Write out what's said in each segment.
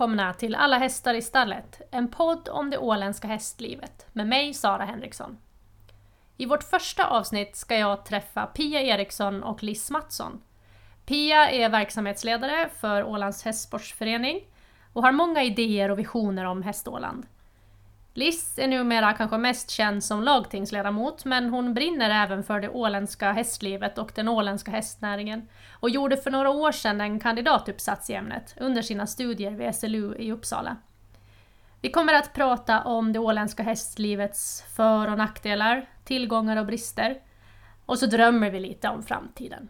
välkomna till Alla hästar i stallet, en podd om det åländska hästlivet med mig, Sara Henriksson. I vårt första avsnitt ska jag träffa Pia Eriksson och Liss Mattsson. Pia är verksamhetsledare för Ålands hästsportsförening och har många idéer och visioner om Häståland. Liss är numera kanske mest känd som lagtingsledamot, men hon brinner även för det åländska hästlivet och den åländska hästnäringen och gjorde för några år sedan en kandidatuppsats i ämnet under sina studier vid SLU i Uppsala. Vi kommer att prata om det åländska hästlivets för- och nackdelar, tillgångar och brister, och så drömmer vi lite om framtiden.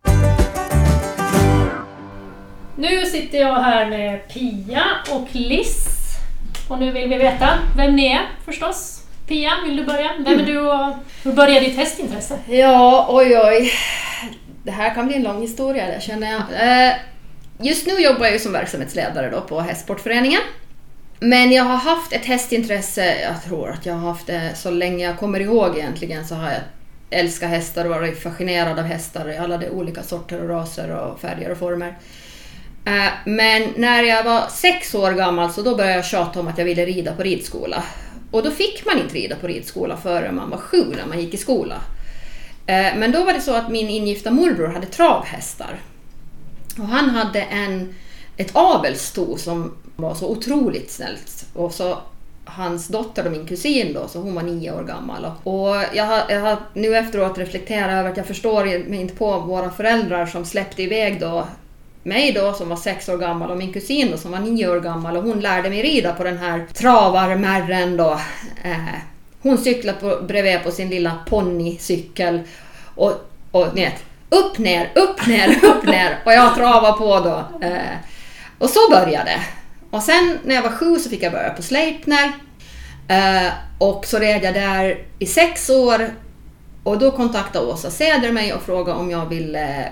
Nu sitter jag här med Pia och Liss. Och nu vill vi veta vem ni är förstås. Pia, vill du börja? Vem är du och hur började ditt hästintresse? Ja, oj. Det här kan bli en lång historia, det känner jag. Just nu jobbar jag ju som verksamhetsledare då på Hästsportföreningen. Men jag har haft ett hästintresse, jag tror att jag har haft det så länge jag kommer ihåg egentligen, så har jag älskat hästar och varit fascinerad av hästar i alla de olika sorter och raser och färger och former. Men när jag var 6 år gammal så då började jag tjata om att jag ville rida på ridskola. Och då fick man inte rida på ridskola förrän man var 7 när man gick i skola. Men då var det så att min ingifta morbror hade travhästar. Och han hade ett avelsto som var så otroligt snällt. Och så hans dotter och min kusin då, så hon var 9 år gammal. Och jag har nu efteråt reflekterat över att jag förstår mig inte på våra föräldrar som släppte iväg då mig då som var 6 år gammal och min kusin då som var 9 år gammal, och hon lärde mig rida på den här travarmärren då. Hon cyklade bredvid på sin lilla ponnycykel och upp ner och jag travade på då. Och så började. Och sen när jag var 7 så fick jag börja på Sleipner. Och så red jag där i 6 år, och då kontaktade Åsa Ceder mig och frågade om jag ville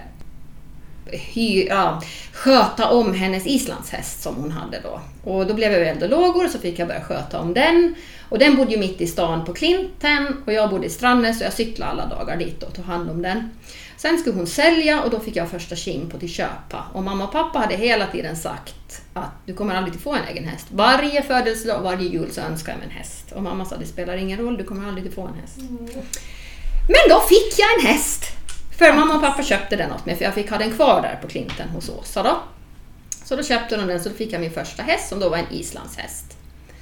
sköta om hennes islandshäst som hon hade då. Och då blev jag eld och lågor, så fick jag börja sköta om den. Och den bodde ju mitt i stan på Klinten och jag bodde i Strandnäs, så jag cyklade alla dagar dit och tog hand om den. Sen skulle hon sälja och då fick jag första king på till köpa. Och mamma och pappa hade hela tiden sagt att du kommer aldrig att få en egen häst. Varje födelsedag och varje jul så önskar jag mig en häst. Och mamma sa det spelar ingen roll, du kommer aldrig att få en häst. Men då fick jag en häst. För mamma och pappa köpte den åt mig, för jag fick ha den kvar där på Klinten hos Åsa då. Så då köpte de den, så då fick jag min första häst som då var en islandshäst.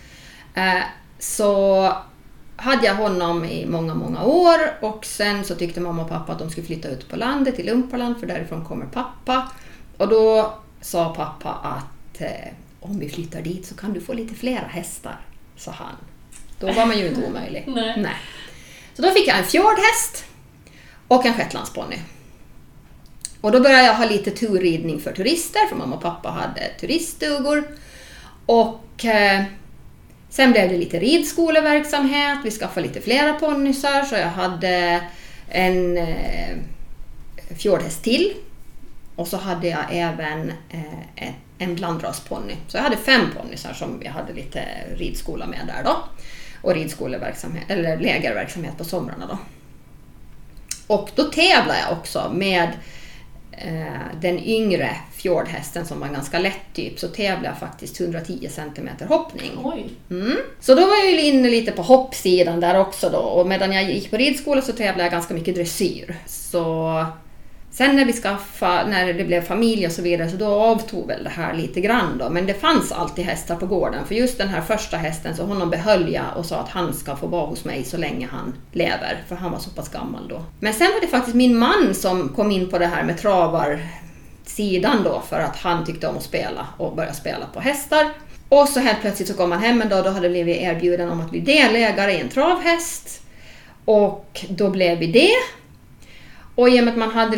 Så hade jag honom i många år, och sen så tyckte mamma och pappa att de skulle flytta ut på landet till Lumpaland, för därifrån kommer pappa. Och då sa pappa att om vi flyttar dit så kan du få lite flera hästar, sa han. Då var man ju inte omöjlig. Nej. Så då fick jag en fjordhäst och en shetlandsponny. Och då började jag ha lite turridning för turister, för mamma och pappa hade turiststugor. Och sen blev det lite ridskoleverksamhet, vi skaffade lite flera ponnysar, så jag hade en fjordhäst till. Och så hade jag även en blandrasponny. Så jag hade 5 ponnysar som jag hade lite ridskola med där då. Och ridskoleverksamhet, eller lägerverksamhet på somrarna då. Och då tävlade jag också med den yngre fjordhästen som var ganska lätt typ, så tävlade jag faktiskt 110 cm hoppning. Oj. Så då var jag ju inne lite på hoppsidan där också då, och medan jag gick på ridskola så tävlade jag ganska mycket dressyr. Så sen när det blev familj och så vidare, så då avtog väl det här lite grann då. Men det fanns alltid hästar på gården. För just den här första hästen, så honom behöll jag och sa att han ska få vara hos mig så länge han lever. För han var så pass gammal då. Men sen var det faktiskt min man som kom in på det här med travarsidan då. För att han tyckte om att spela och börja spela på hästar. Och så helt plötsligt så kom han hem en dag, då hade blivit erbjuden om att bli delägare i en travhäst. Och då blev vi det. Och i och med att man hade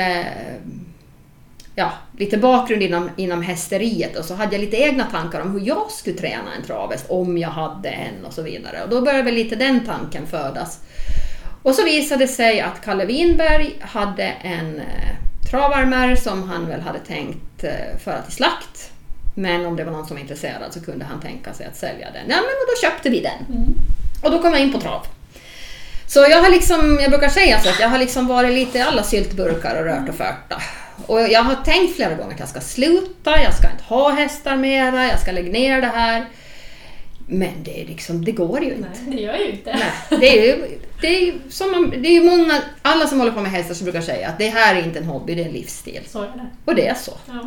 lite bakgrund inom hästeriet, och så hade jag lite egna tankar om hur jag skulle träna en travhäst om jag hade en och så vidare. Och då började väl lite den tanken födas. Och så visade det sig att Kalle Winberg hade en travarmär som han väl hade tänkt föra till slakt. Men om det var någon som var intresserad så kunde han tänka sig att sälja den. Ja, men då köpte vi den. Och då kom jag in på trav. Så jag brukar säga så att jag har varit lite i alla syltburkar och rört och fört. Och jag har tänkt flera gånger att jag ska sluta, jag ska inte ha hästar mera, jag ska lägga ner det här. Men det är liksom, det går ju inte. Nej, det gör ju inte. Nej, det är ju många, alla som håller på med hästar som brukar säga att det här är inte en hobby, det är en livsstil. Så är det. Och det är så. Ja.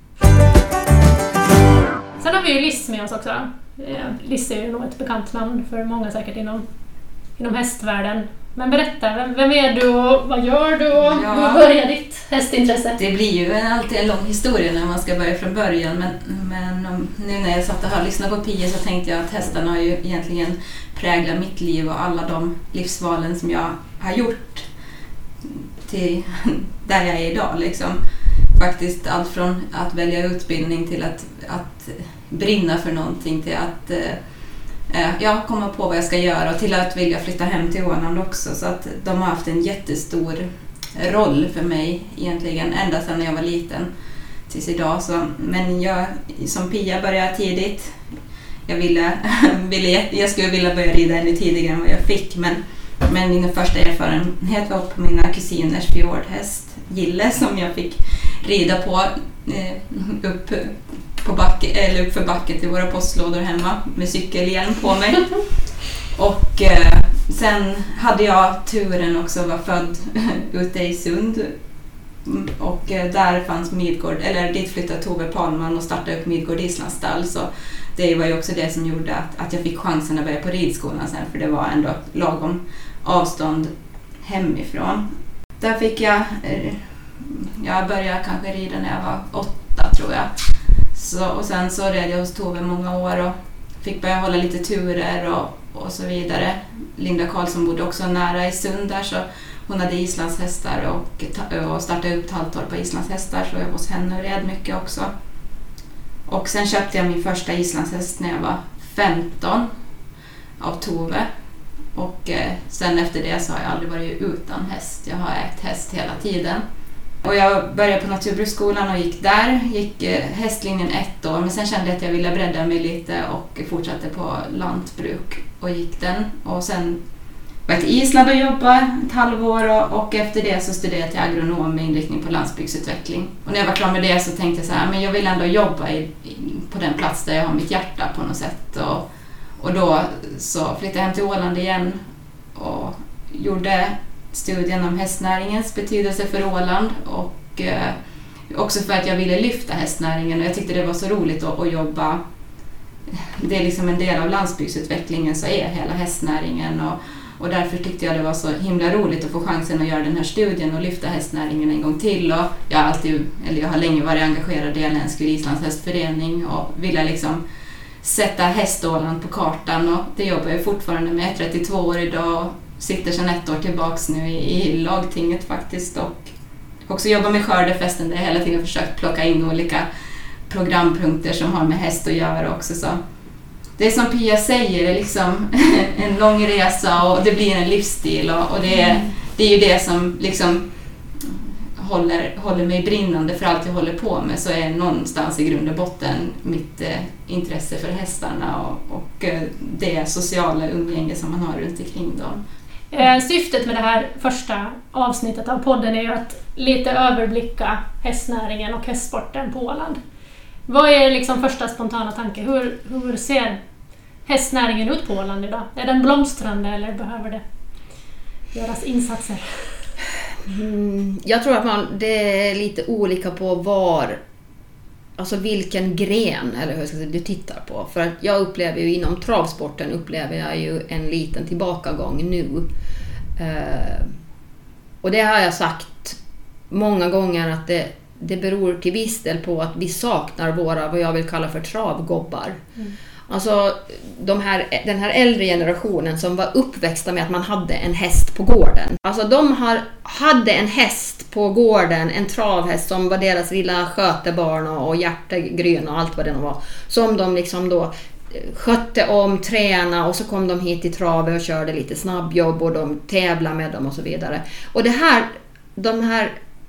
Sen har vi ju Liss med oss också. Liss är ju nog ett bekant namn för många säkert inom hästvärlden. Men berätta, vem är du och vad gör du och hur börjar ditt hästintresse? Det blir ju alltid en lång historia när man ska börja från början. Men nu när jag satt och lyssnade på Pia så tänkte jag att hästarna har ju egentligen präglat mitt liv och alla de livsvalen som jag har gjort till där jag är idag. Liksom. Faktiskt allt från att välja utbildning till att brinna för någonting till att komma på vad jag ska göra och till att vilja flytta hem till Åland också. Så att de har haft en jättestor roll för mig egentligen ända sedan jag var liten tills idag. Men jag som Pia började tidigt. Jag skulle vilja börja rida ännu tidigare än vad jag fick. Men min första erfarenhet var på mina kusiners fjordhäst Gille som jag fick rida på upp för backen till våra postlådor hemma med cykelhjälm på mig. Och sen hade jag turen också att vara född ute i Sund. Och där fanns Midgård, eller dit flyttade Tove Palman och startade upp Midgård Islandsstall. Så det var ju också det som gjorde att jag fick chansen att börja på ridskolan sen, för det var ändå lagom avstånd hemifrån. Där fick jag började kanske rida när jag var 8 tror jag. Och sen så red jag hos Tove många år och fick börja hålla lite turer och så vidare. Linda Karlsson bodde också nära i Sund där, så hon hade islandshästar och startade upp Talltorp på islandshästar, så jag var hos henne och red mycket också. Och sen köpte jag min första islandshäst när jag var 15 av Tove. Och sen efter det så har jag aldrig varit utan häst. Jag har ägt häst hela tiden. Och jag började på Naturbruksskolan och gick hästlinjen 1 år, men sen kände jag att jag ville bredda mig lite och fortsatte på lantbruk och gick den. Och sen var jag till Island och jobbade ett halvår och efter det så studerade jag till agronom med inriktning på landsbygdsutveckling. Och när jag var klar med det så tänkte jag så här, men jag vill ändå jobba på den plats där jag har mitt hjärta på något sätt. Och då så flyttade jag hem till Åland igen och gjorde studien om hästnäringens betydelse för Åland och också för att jag ville lyfta hästnäringen och jag tyckte det var så roligt att jobba. Det är liksom en del av landsbygdsutvecklingen, så är hela hästnäringen och därför tyckte jag det var så himla roligt att få chansen att göra den här studien och lyfta hästnäringen en gång till. Och jag har länge varit engagerad i Älvskyr Islands hästförening och ville liksom sätta Häståland på kartan, och det jobbar jag fortfarande med 32 år idag och sitter sedan 1 år tillbaks nu i lagtinget faktiskt, och också jobbar med skördefesten där jag hela tiden försökt plocka in olika programpunkter som har med häst att göra också. Så det är som Pia säger, det är liksom en lång resa och det blir en livsstil och det är ju det som liksom håller mig brinnande för allt jag håller på med, så är någonstans i grund och botten mitt intresse för hästarna och det sociala umgänge som man har runt omkring dem. Syftet med det här första avsnittet av podden är ju att lite överblicka hästnäringen och hästsporten på Åland. Vad är liksom första spontana tanke? Hur ser hästnäringen ut på Åland idag? Är den blomstrande eller behöver det göras insatser? Jag tror att det är lite olika på vilken gren eller hur ska jag säga, du tittar på. För att jag upplever ju inom travsporten upplever jag ju en liten tillbakagång nu. Och det har jag sagt många gånger att det beror till viss del på att vi saknar vad jag vill kalla för travgobbar. Alltså den här äldre generationen som var uppväxta med att man hade en häst på gården. Alltså de hade en häst på gården, en travhäst som var deras lilla skötebarn och hjärtegryn och allt vad det var. Som de liksom då skötte om, träna och så kom de hit till trave och körde lite snabbjobb och de tävlade med dem och så vidare. Och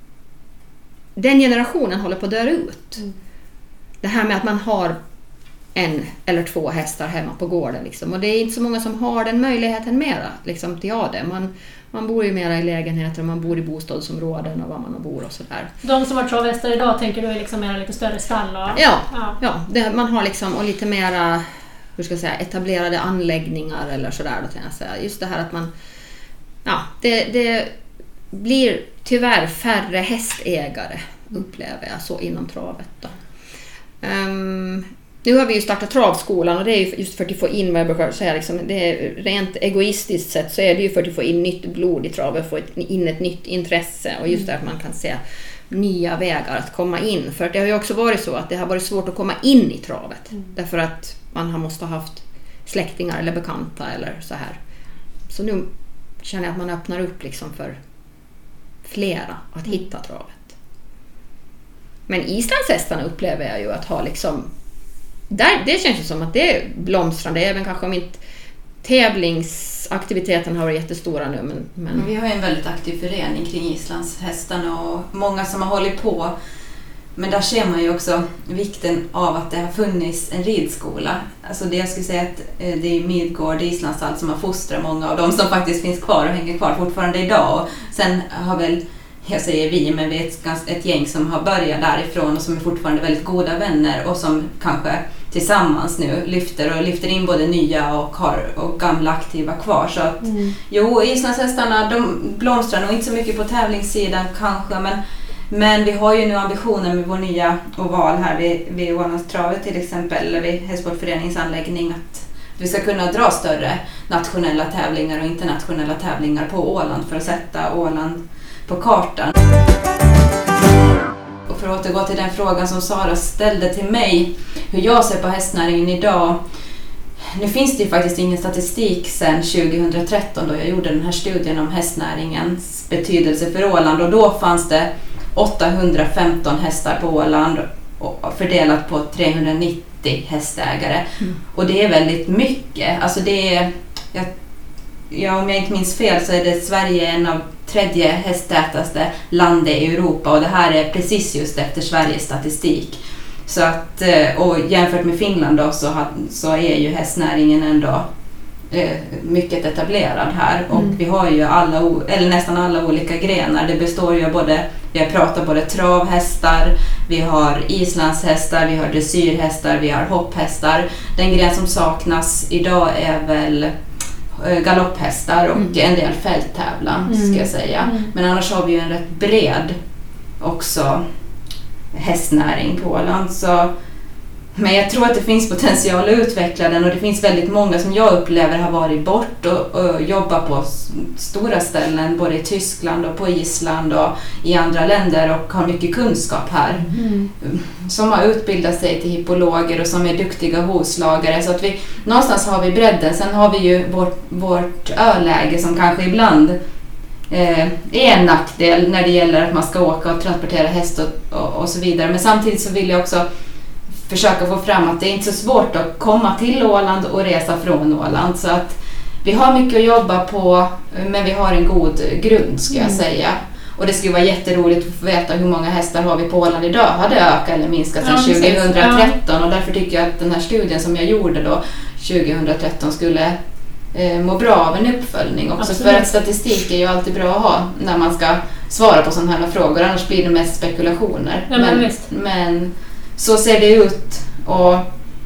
den generationen håller på att dö ut. Det här med att man har 1 eller 2 hästar hemma på gården. Liksom. Och det är inte så många som har den möjligheten mera liksom, till det. Man bor ju mera i lägenheter och man bor i bostadsområden och var man bor och sådär. De som har travhästar idag tänker du är liksom mera lite större stall? Och... Ja man har liksom och lite mera, hur ska jag säga, etablerade anläggningar eller sådär då, kan jag säga. Just det här att man, det blir tyvärr färre hästägare, upplever jag så inom travet då. Nu har vi ju startat travskolan och det är ju just för att få in, vad jag brukar säga, liksom, det är rent egoistiskt sett så är det ju för att få in nytt blod i travet, få in ett nytt intresse och just det att man kan se nya vägar att komma in. För det har ju också varit så att det har varit svårt att komma in i travet därför att man måste ha haft släktingar eller bekanta eller så här. Så nu känner jag att man öppnar upp liksom för flera att hitta travet. Men islandshästarna upplever jag ju att ha liksom det känns ju som att det är blomstrande, även kanske om inte tävlingsaktiviteten har varit jättestora nu. Men... Vi har ju en väldigt aktiv förening kring islandshästarna och många som har hållit på. Men där ser man ju också vikten av att det har funnits en ridskola. Alltså det jag skulle säga att det är Midgård, Islandshall som har fostrat många av dem som faktiskt finns kvar och hänger kvar fortfarande idag. Och sen har väl, jag säger vi, men vi är ett gäng som har börjat därifrån och som är fortfarande väldigt goda vänner och som kanske tillsammans nu lyfter in både nya och gamla aktiva kvar. Så att, islandshästarna, de blomstrar nog inte så mycket på tävlingssidan kanske, men vi har ju nu ambitionen med vår nya oval här vid Ålandstravet till exempel, eller vid Hästsportföreningens anläggning, att vi ska kunna dra större nationella tävlingar och internationella tävlingar på Åland för att sätta Åland på kartan. Och för att återgå till den frågan som Sara ställde till mig, hur jag ser på hästnäringen idag. Nu finns det ju faktiskt ingen statistik sedan 2013 då jag gjorde den här studien om hästnäringens betydelse för Åland, och då fanns det 815 hästar på Åland fördelat på 390 hästägare. Och det är väldigt mycket. Alltså det är, om jag inte minns fel så är det Sverige en av 3:e hästtätaste landet i Europa, och det här är precis just efter Sveriges statistik. Så att, och jämfört med Finland då, så är ju hästnäringen ändå mycket etablerad här, och vi har ju nästan alla olika grenar. Det består ju av vi har pratat både travhästar, vi har islandshästar, vi har dressyrhästar, vi har hopphästar. Den gren som saknas idag är väl galopphästar och en del fälttävlan ska jag säga. Men annars har vi ju en rätt bred också hästnäring på Åland. Men jag tror att det finns potential att utveckla den, och det finns väldigt många som jag upplever har varit bort och jobbar på stora ställen både i Tyskland och på Island och i andra länder och har mycket kunskap här. Som har utbildat sig till hippologer och som är duktiga hovslagare, så att någonstans har vi bredden. Sen har vi ju vårt öläge som kanske ibland är en nackdel när det gäller att man ska åka och transportera häst och så vidare. Men samtidigt så vill jag också försöka få fram att det är inte så svårt att komma till Åland och resa från Åland. Så att vi har mycket att jobba på, men vi har en god grund ska jag säga. Och det skulle vara jätteroligt att få veta hur många hästar har vi på Åland idag. Har det ökat eller minskat sedan 2013? Och därför tycker jag att den här studien som jag gjorde då 2013 skulle må bra av en uppföljning också. Absolut. För att statistik är ju alltid bra att ha när man ska svara på sådana här frågor. Annars blir det mest spekulationer. Ja, men så ser det ut, och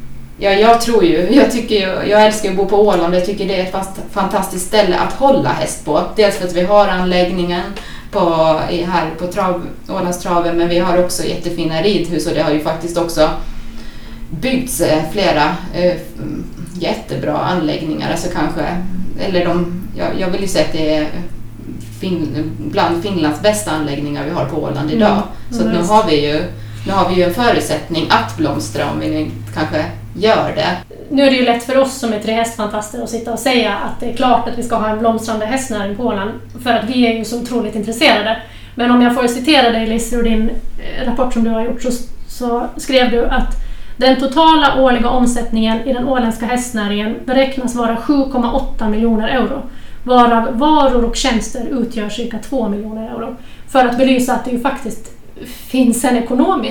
jag älskar att bo på Åland. Jag tycker det är ett fantastiskt ställe att hålla häst på. Dels för att vi har anläggningen här på Ålandstraven, men vi har också jättefina ridhus, och det har ju faktiskt också byggts flera jättebra anläggningar. Alltså jag vill ju säga att det är bland Finlands bästa anläggningar vi har på Åland idag. Så att nu har vi ju en förutsättning att blomstra om vi kanske gör det. Nu är det ju lätt för oss som är 3 hästfantaster att sitta och säga att det är klart att vi ska ha en blomstrande hästnäring på Åland, för att vi är ju så otroligt intresserade. Men om jag får citera dig, Liz, ur din rapport som du har gjort, så skrev du att den totala årliga omsättningen i den åländska hästnäringen beräknas vara 7,8 miljoner euro, varav varor och tjänster utgör cirka 2 miljoner euro. För att belysa att det ju faktiskt finns en ekonomisk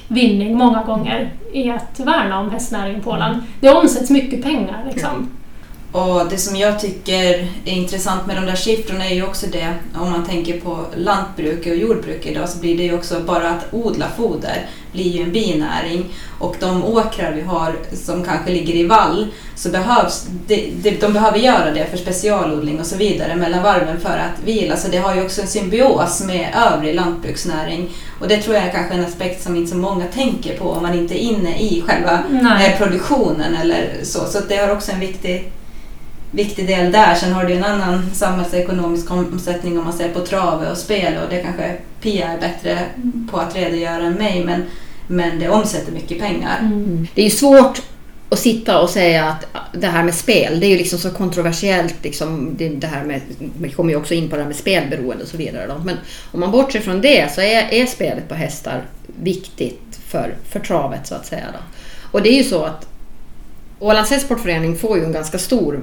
vinning många gånger i att värna om hästnäringen på Åland. Det omsätts mycket pengar liksom. Och det som jag tycker är intressant med de där siffrorna är ju också det, om man tänker på lantbruk och jordbruk idag, så blir det ju också bara att odla foder blir ju en binäring, och de åkrar vi har som kanske ligger i vall, så behövs de behöver göra det för specialodling och så vidare mellan varven för att vila, så det har ju också en symbios med övrig lantbruksnäring, och det tror jag är kanske en aspekt som inte så många tänker på om man inte är inne i själva produktionen eller så det har också en viktig del där. Sen har du en annan samhällsekonomisk omsättning om man ser på trave och spel, och det kanske Pia är bättre på att redogöra än mig, men det omsätter mycket pengar. Det är ju svårt att sitta och säga att det här med spel, det är ju liksom så kontroversiellt liksom, det här med, vi kommer ju också in på det här med spelberoende och så vidare då. Men om man bortser från det så är spelet på hästar viktigt för travet så att säga då. Och det är ju så att Ålands hästsportförening får ju en ganska stor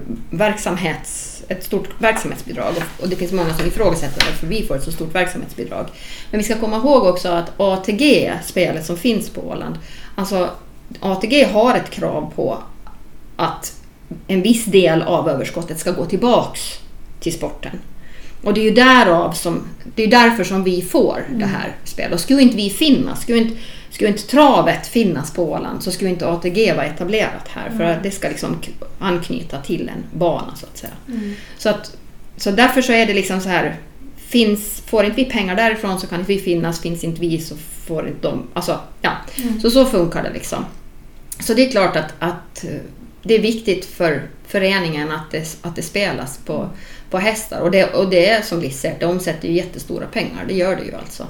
ett stort verksamhetsbidrag, och det finns många som ifrågasätter varför vi får ett så stort verksamhetsbidrag. Men vi ska komma ihåg också att ATG, spelet som finns på Åland, alltså ATG har ett krav på att en viss del av överskottet ska gå tillbaks till sporten. Och det är ju därför som vi får det här spelet. Och skulle inte vi finnas, skulle inte travet finnas på Åland, så skulle inte ATG vara etablerat här. För att det ska liksom anknyta till en bana så att säga. Så därför så är det liksom så här, får inte vi pengar därifrån så kan inte vi finnas, finns inte vi så får inte de. Alltså, ja. Så funkar det liksom. Så det är klart att det är viktigt för föreningen att det spelas på hästar. Och det är som Liz säger, det omsätter ju jättestora pengar. Det gör det ju alltså.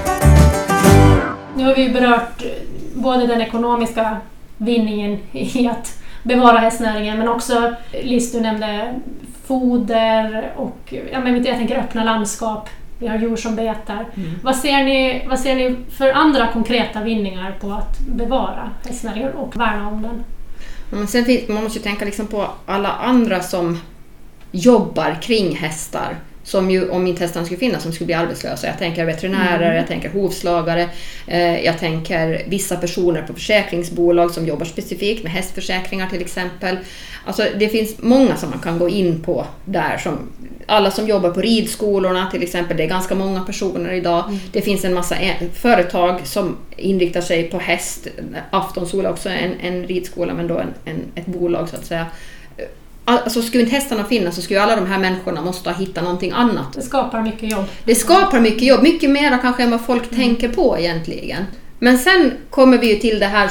Nu har vi berört både den ekonomiska vinningen i att bevara hästnäringen, men också, Liz, du nämnde foder och jag tänker öppna landskap. Vi har djur som betar. Vad ser ni för andra konkreta vinningar på att bevara hästnäringen och värna om den? Men sen man måste ju tänka liksom på alla andra som jobbar kring hästar, som ju, om inte hästarna skulle finnas, som skulle bli arbetslösa. Jag tänker veterinärer, jag tänker hovslagare, jag tänker vissa personer på försäkringsbolag som jobbar specifikt med hästförsäkringar till exempel. Alltså det finns många som man kan gå in på där, som alla som jobbar på ridskolorna till exempel, det är ganska många personer idag. Det finns en massa företag som inriktar sig på häst. Aftonsola också en ridskola, men då ett bolag så att säga. Alltså skulle inte hästarna finnas så skulle alla de här människorna måste hitta någonting annat. Det skapar mycket jobb. Det skapar mycket jobb, mycket mer kanske än vad folk tänker på egentligen. Men sen kommer vi ju till det här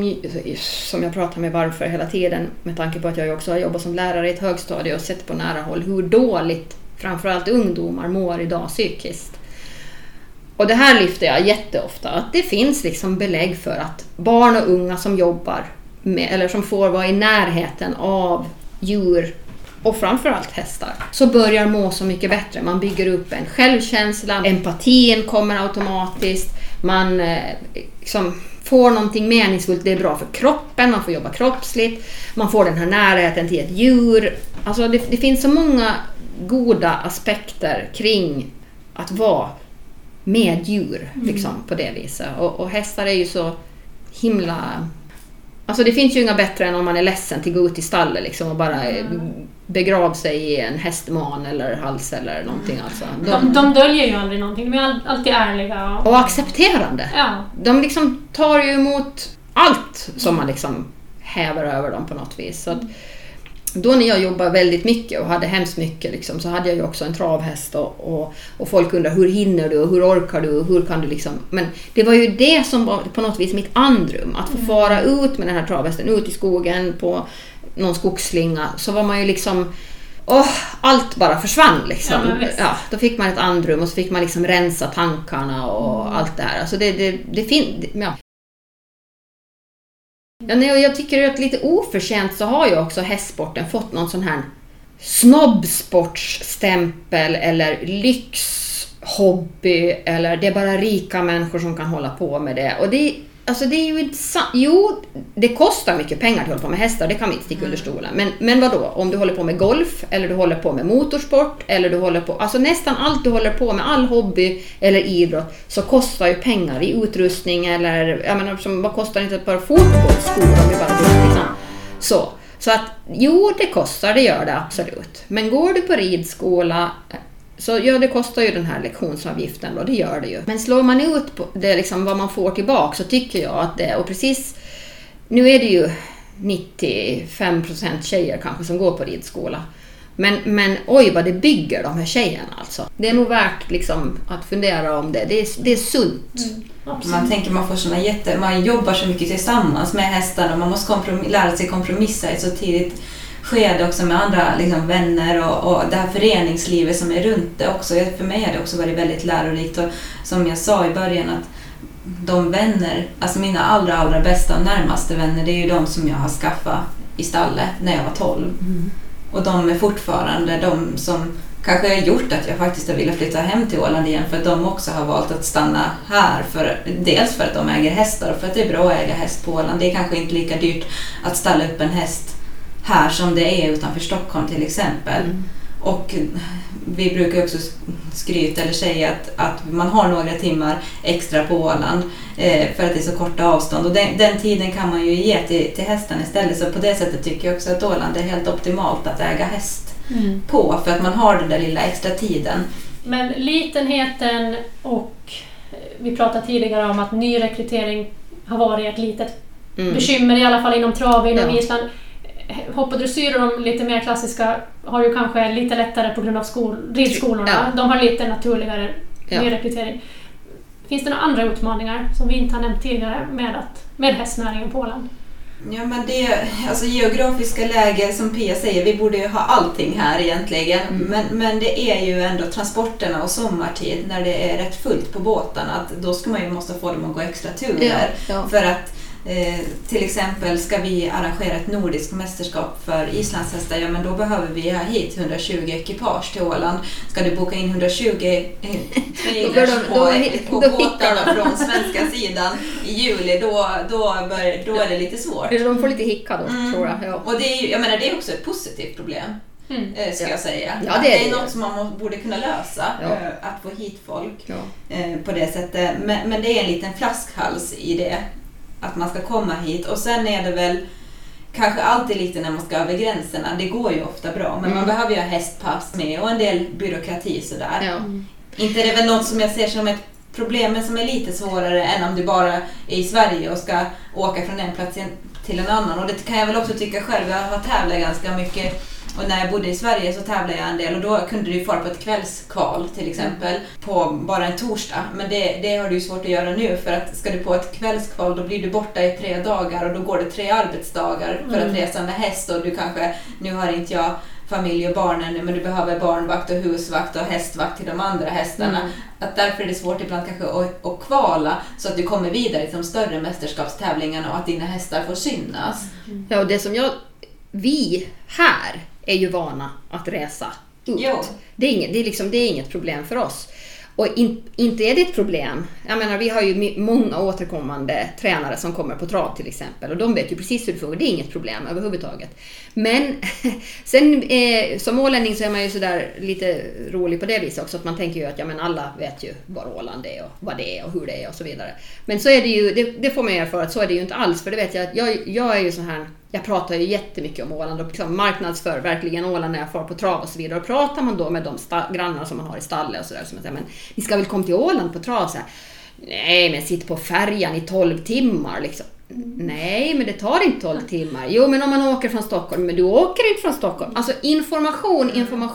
som jag pratar med varför hela tiden, med tanke på att jag också har jobbat som lärare i ett högstadie och sett på nära håll hur dåligt framförallt ungdomar mår idag psykiskt. Och det här lyfter jag jätteofta, att det finns liksom belägg för att barn och unga som jobbar med, eller som får vara i närheten av djur och framförallt hästar, så börjar må så mycket bättre. Man bygger upp en självkänsla, empatin kommer automatiskt, man liksom får någonting meningsfullt, det är bra för kroppen, man får jobba kroppsligt, man får den här närheten till ett djur. Alltså det finns så många goda aspekter kring att vara med djur liksom, på det viset. Och hästar är ju så himla... Alltså det finns ju inga bättre än om man är ledsen till att gå ut i stallet liksom, och bara begrav sig i en hästman eller hals eller någonting. Alltså. De döljer ju aldrig någonting, de är alltid ärliga. Och accepterande. Ja. De liksom tar ju emot allt som man liksom häver över dem på något vis. Så att då när jag jobbade väldigt mycket och hade hemskt mycket liksom, så hade jag ju också en travhäst och folk undrar hur hinner du och hur orkar du och hur kan du liksom. Men det var ju det som var på något vis mitt andrum, att få fara ut med den här travhästen ut i skogen på någon skogsslinga, så var man ju liksom allt bara försvann liksom. Ja, då fick man ett andrum och så fick man liksom rensa tankarna och allt det här. Alltså det finns ja. Ja, jag tycker att lite oförtjänt så har ju också hästsporten fått någon sån här snobbsportsstämpel eller lyxhobby, eller det är bara rika människor som kan hålla på med det. Och det Alltså det är ju inte jo, det kostar mycket pengar att hålla på med hästar, det kan vi inte sticka under stolen. Men vadå, om du håller på med golf eller du håller på med motorsport eller du håller på, alltså nästan allt du håller på med, all hobby eller idrott, så kostar ju pengar i utrustning eller, jag menar, vad kostar inte bara fotbollsskor om vi bara går liksom. Så att jo, det kostar, det gör det absolut. Men går du på ridskola, så ja, det kostar ju den här lektionsavgiften då, det gör det ju. Men slår man ut på det liksom, vad man får tillbaka, så tycker jag att det, och precis, nu är det ju 95% tjejer kanske som går på ridskola. Men oj vad det bygger de här tjejerna alltså. Det är nog värt liksom att fundera om det. Det är sunt. Man tänker man får såna man jobbar så mycket tillsammans med hästarna och man måste lära sig kompromissa i ett så tidigt skede också med andra liksom, vänner och det här föreningslivet som är runt det också. För mig har det också varit väldigt lärorikt och som jag sa i början att de vänner, alltså mina allra bästa och närmaste vänner, det är ju de som jag har skaffat i stallet när jag var 12. Och de är fortfarande de som kanske har gjort att jag faktiskt har velat flytta hem till Åland igen, för att de också har valt att stanna här. Dels för att de äger hästar och för att det är bra att äga häst på Åland. Det är kanske inte lika dyrt att ställa upp en häst här som det är utanför Stockholm till exempel. Och vi brukar också skryta eller säga att man har några timmar extra på Åland för att det är så korta avstånd. Och den tiden kan man ju ge till hästen istället. Så på det sättet tycker jag också att Åland är helt optimalt att äga häst på. För att man har den där lilla extra tiden. Men litenheten och vi pratade tidigare om att nyrekrytering har varit ett litet bekymmer i alla fall inom trav inom Island. Hopp och dressyr och de lite mer klassiska har ju kanske lite lättare på grund av ridskolorna. Ja. De har lite naturligare nyrekrytering. Finns det några andra utmaningar som vi inte har nämnt tidigare med hästnäringen på Åland? Ja, men alltså geografiska läge som Pia säger, vi borde ju ha allting här egentligen. Men det är ju ändå transporterna och sommartid när det är rätt fullt på båtarna. Att då ska man ju måste få dem att gå extra turer. Ja. För att till exempel ska vi arrangera ett nordiskt mästerskap för islandshästar, ja men då behöver vi ha hit 120 ekipage till Åland. Ska du boka in 120 trailers på båtarna från svenska sidan i juli, då är det lite svårt. De får lite hicka då, tror jag. Ja. Och det är, jag menar, det är också ett positivt problem. Ska jag säga. Ja, det är något som man borde kunna lösa, att få hit folk på det sättet. Men det är en liten flaskhals i det, att man ska komma hit. Och sen är det väl kanske alltid lite när man ska över gränserna. Det går ju ofta bra, men man behöver ju ha hästpass med och en del byråkrati sådär. Ja. Inte det är väl något som jag ser som ett problem, men som är lite svårare än om du bara är i Sverige och ska åka från en plats till en annan. Och det kan jag väl också tycka själv. Jag har tävlat ganska mycket. Och när jag bodde i Sverige så tävlade jag en del och då kunde du fara på ett kvällskval till exempel på bara en torsdag. Men det har du ju svårt att göra nu, för att ska du på ett kvällskval då blir du borta i 3 dagar och då går det 3 arbetsdagar för att resa med häst. Och du kanske, nu har inte jag familj och barnen nu, men du behöver barnvakt och husvakt och hästvakt till de andra hästarna. Att därför är det svårt ibland kanske att kvala så att du kommer vidare till de större mästerskapstävlingarna och att dina hästar får synas. Ja, och det som vi här är ju vana att resa ut. Det är inget problem för oss. Och inte är det ett problem. Jag menar, vi har ju många återkommande tränare som kommer på trav till exempel. Och de vet ju precis hur det funkar. Det är inget problem överhuvudtaget. Men sen som ålänning så är man ju sådär lite rolig på det viset också. Att man tänker ju att alla vet ju vad Åland är och vad det är och hur det är och så vidare. Men så är det ju, det får man erfara att så är det ju inte alls. För det vet jag att jag är ju så här. Jag pratar ju jättemycket om Åland och liksom marknadsför verkligen Åland när jag får på trav och så vidare. Och pratar man då med de grannar som man har i stallet och sådär, som säger, men ni ska väl komma till Åland på trav? Så här, nej, men sitt på färjan i 12 timmar liksom. Nej, men det tar inte 12 timmar. Jo, men om man åker från Stockholm, men du åker inte från Stockholm. Alltså information.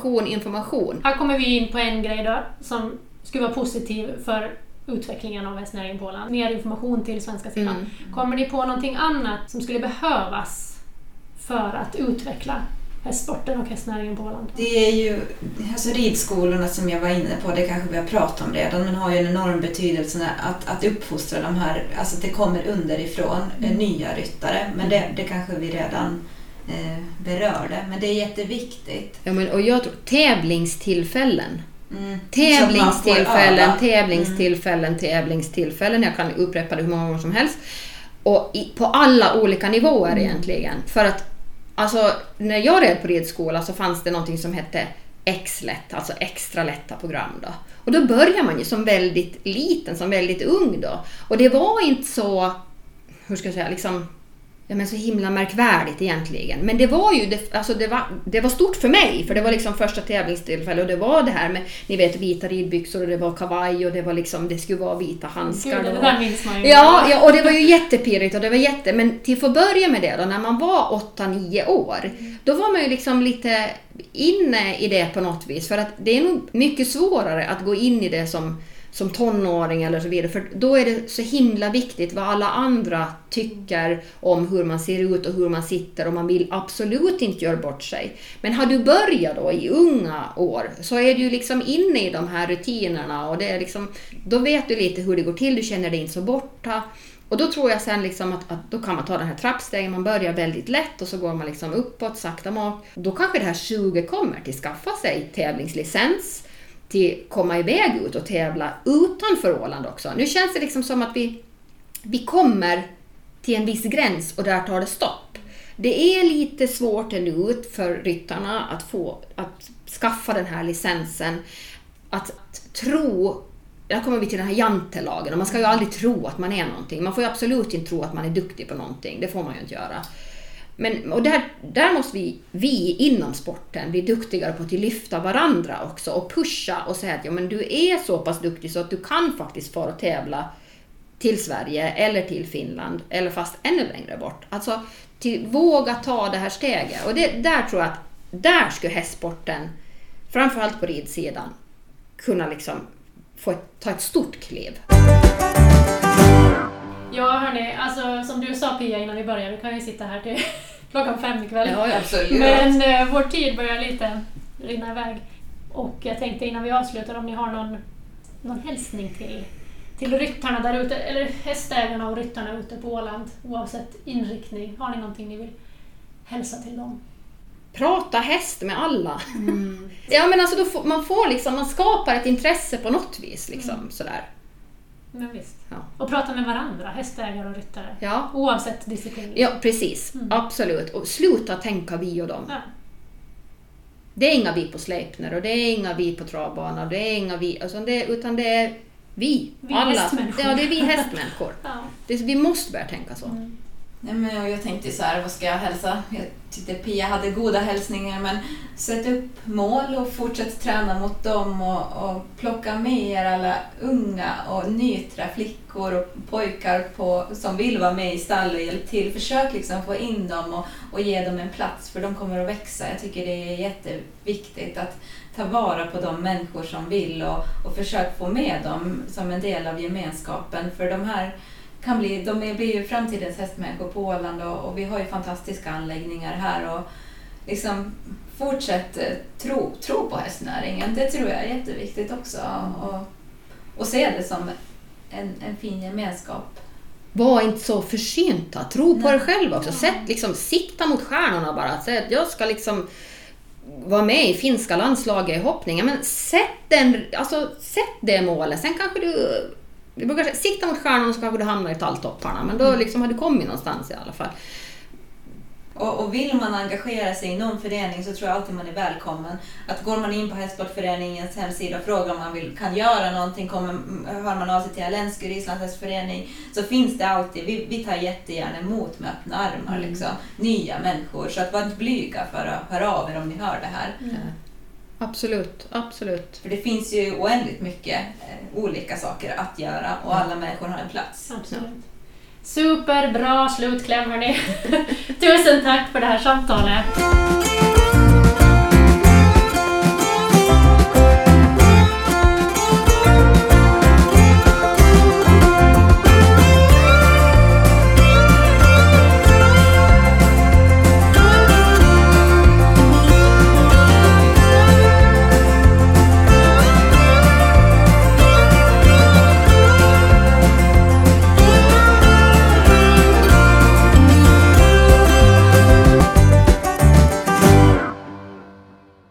Här kommer vi in på en grej då som skulle vara positiv för utvecklingen av hästnäringen på Åland. Mer information till svenska sidan. Kommer ni på någonting annat som skulle behövas för att utveckla hästsporten och hästnäringen på Åland? Det är ju, alltså ridskolorna som jag var inne på, det kanske vi har pratat om redan, men har ju en enorm betydelse att uppfostra de här, alltså det kommer underifrån nya ryttare, men det kanske vi redan berörde, men det är jätteviktigt. Ja, men och jag tror tävlingstillfällen tävlingstillfällen. Jag kan upprepa det hur många gånger som helst. Och på alla olika nivåer egentligen. För att alltså, när jag red på ridskola så fanns det någonting som hette X-lätt, alltså extra lätta program då. Och då börjar man ju som väldigt liten, som väldigt ung då. Och det var inte så, hur ska jag säga, liksom, ja, men så himla märkvärdigt egentligen. Men det var ju, det var stort för mig. För det var liksom första tävlingstillfälle och det var det här med, ni vet, vita ridbyxor och det var kavaj och det var liksom, det skulle vara vita handskar. Gud, det där minns man ju. Ja, och det var ju jättepirrigt och det var men till få börja med det då, när man var 8-9 år, då var man ju liksom lite inne i det på något vis. För att det är nog mycket svårare att gå in i det som tonåring eller så vidare. För då är det så himla viktigt vad alla andra tycker om hur man ser ut och hur man sitter. Och man vill absolut inte göra bort sig. Men har du börjat då i unga år så är du liksom inne i de här rutinerna. Och det är liksom, då vet du lite hur det går till. Du känner dig inte så borta. Och då tror jag sen liksom att då kan man ta den här trappstegen. Man börjar väldigt lätt och så går man liksom uppåt, sakta mak. Då kanske det här 20 kommer till skaffa sig tävlingslicens. Till komma iväg ut och tävla utanför Åland också. Nu känns det liksom som att vi kommer till en viss gräns och där tar det stopp. Det är lite svårt ännu för ryttarna att skaffa den här licensen. Att tro, där kommer vi till den här jantelagen, och man ska ju aldrig tro att man är någonting. Man får ju absolut inte tro att man är duktig på någonting. Det får man ju inte göra. Och där måste vi inom sporten bli duktigare på att lyfta varandra också och pusha och säga att ja, men du är så pass duktig så att du kan faktiskt få tävla till Sverige eller till Finland eller fast ännu längre bort. Alltså våga ta det här steget. Och där tror jag att där skulle hästsporten, framförallt på ridsidan, kunna liksom ta ett stort kliv. Ja hörni, alltså som du sa Pia innan vi började, vi kan ju sitta här till klockan 5 ikväll. Ja, absolut. Men vår tid börjar lite rinna iväg. Och jag tänkte innan vi avslutar om ni har någon hälsning till ryttarna där ute, eller hästägarna och ryttarna ute på Åland, oavsett inriktning. Har ni någonting ni vill hälsa till dem? Prata häst med alla. Ja, men alltså man skapar ett intresse på något vis liksom, sådär. Men visst. Ja. Och prata med varandra, hästägare och ryttare. Ja. Oavsett disciplin. Ja, precis. Absolut. Och sluta tänka vi och dem. Ja. Det är inga vi på Sleipner och det är inga vi på travbanan. Det är inga vi, alltså utan det är vi alla. Hästmänniskor. Ja, det är vi hästmänniskor. Ja. Vi måste börja tänka så. Nej, men jag tänkte så här, vad ska jag hälsa? Jag tyckte Pia hade goda hälsningar, men sätt upp mål och fortsätt träna mot dem och plocka med er alla unga och nytra flickor och pojkar som vill vara med i stall och hjälpa till. Försök liksom få in dem och ge dem en plats, för de kommer att växa. Jag tycker det är jätteviktigt att ta vara på de människor som vill och försök få med dem som en del av gemenskapen, för de här blir ju framtidens hästmänniskor på Åland och vi har ju fantastiska anläggningar här och liksom fortsätt tro på hästnäringen. Det tror jag är jätteviktigt också och se det som en fin gemenskap. Var inte så försynta, tro på er själv också. Sikta mot stjärnorna bara. Säg att jag ska liksom vara med i finska landslaget i hoppning. Men sätt det målet. Sen kanske du brukar sikta mot stjärnorna så kanske du hamnar i talltopparna. Men då liksom har du kommit någonstans i alla fall. Och vill man engagera sig i någon förening så tror jag alltid man är välkommen. Att går man in på Hästsportföreningens hemsida och frågar om man kan göra någonting, hör man av sig till Länskur Islands hästförening, så finns det alltid, vi tar jättegärna emot med öppna armar liksom, nya människor. Så att var inte blyga för att höra av er om ni hör det här. Absolut. För det finns ju oändligt mycket olika saker att göra och alla människor har en plats. Absolut. Superbra slutkläm hörni. Tusen tack för det här samtalet.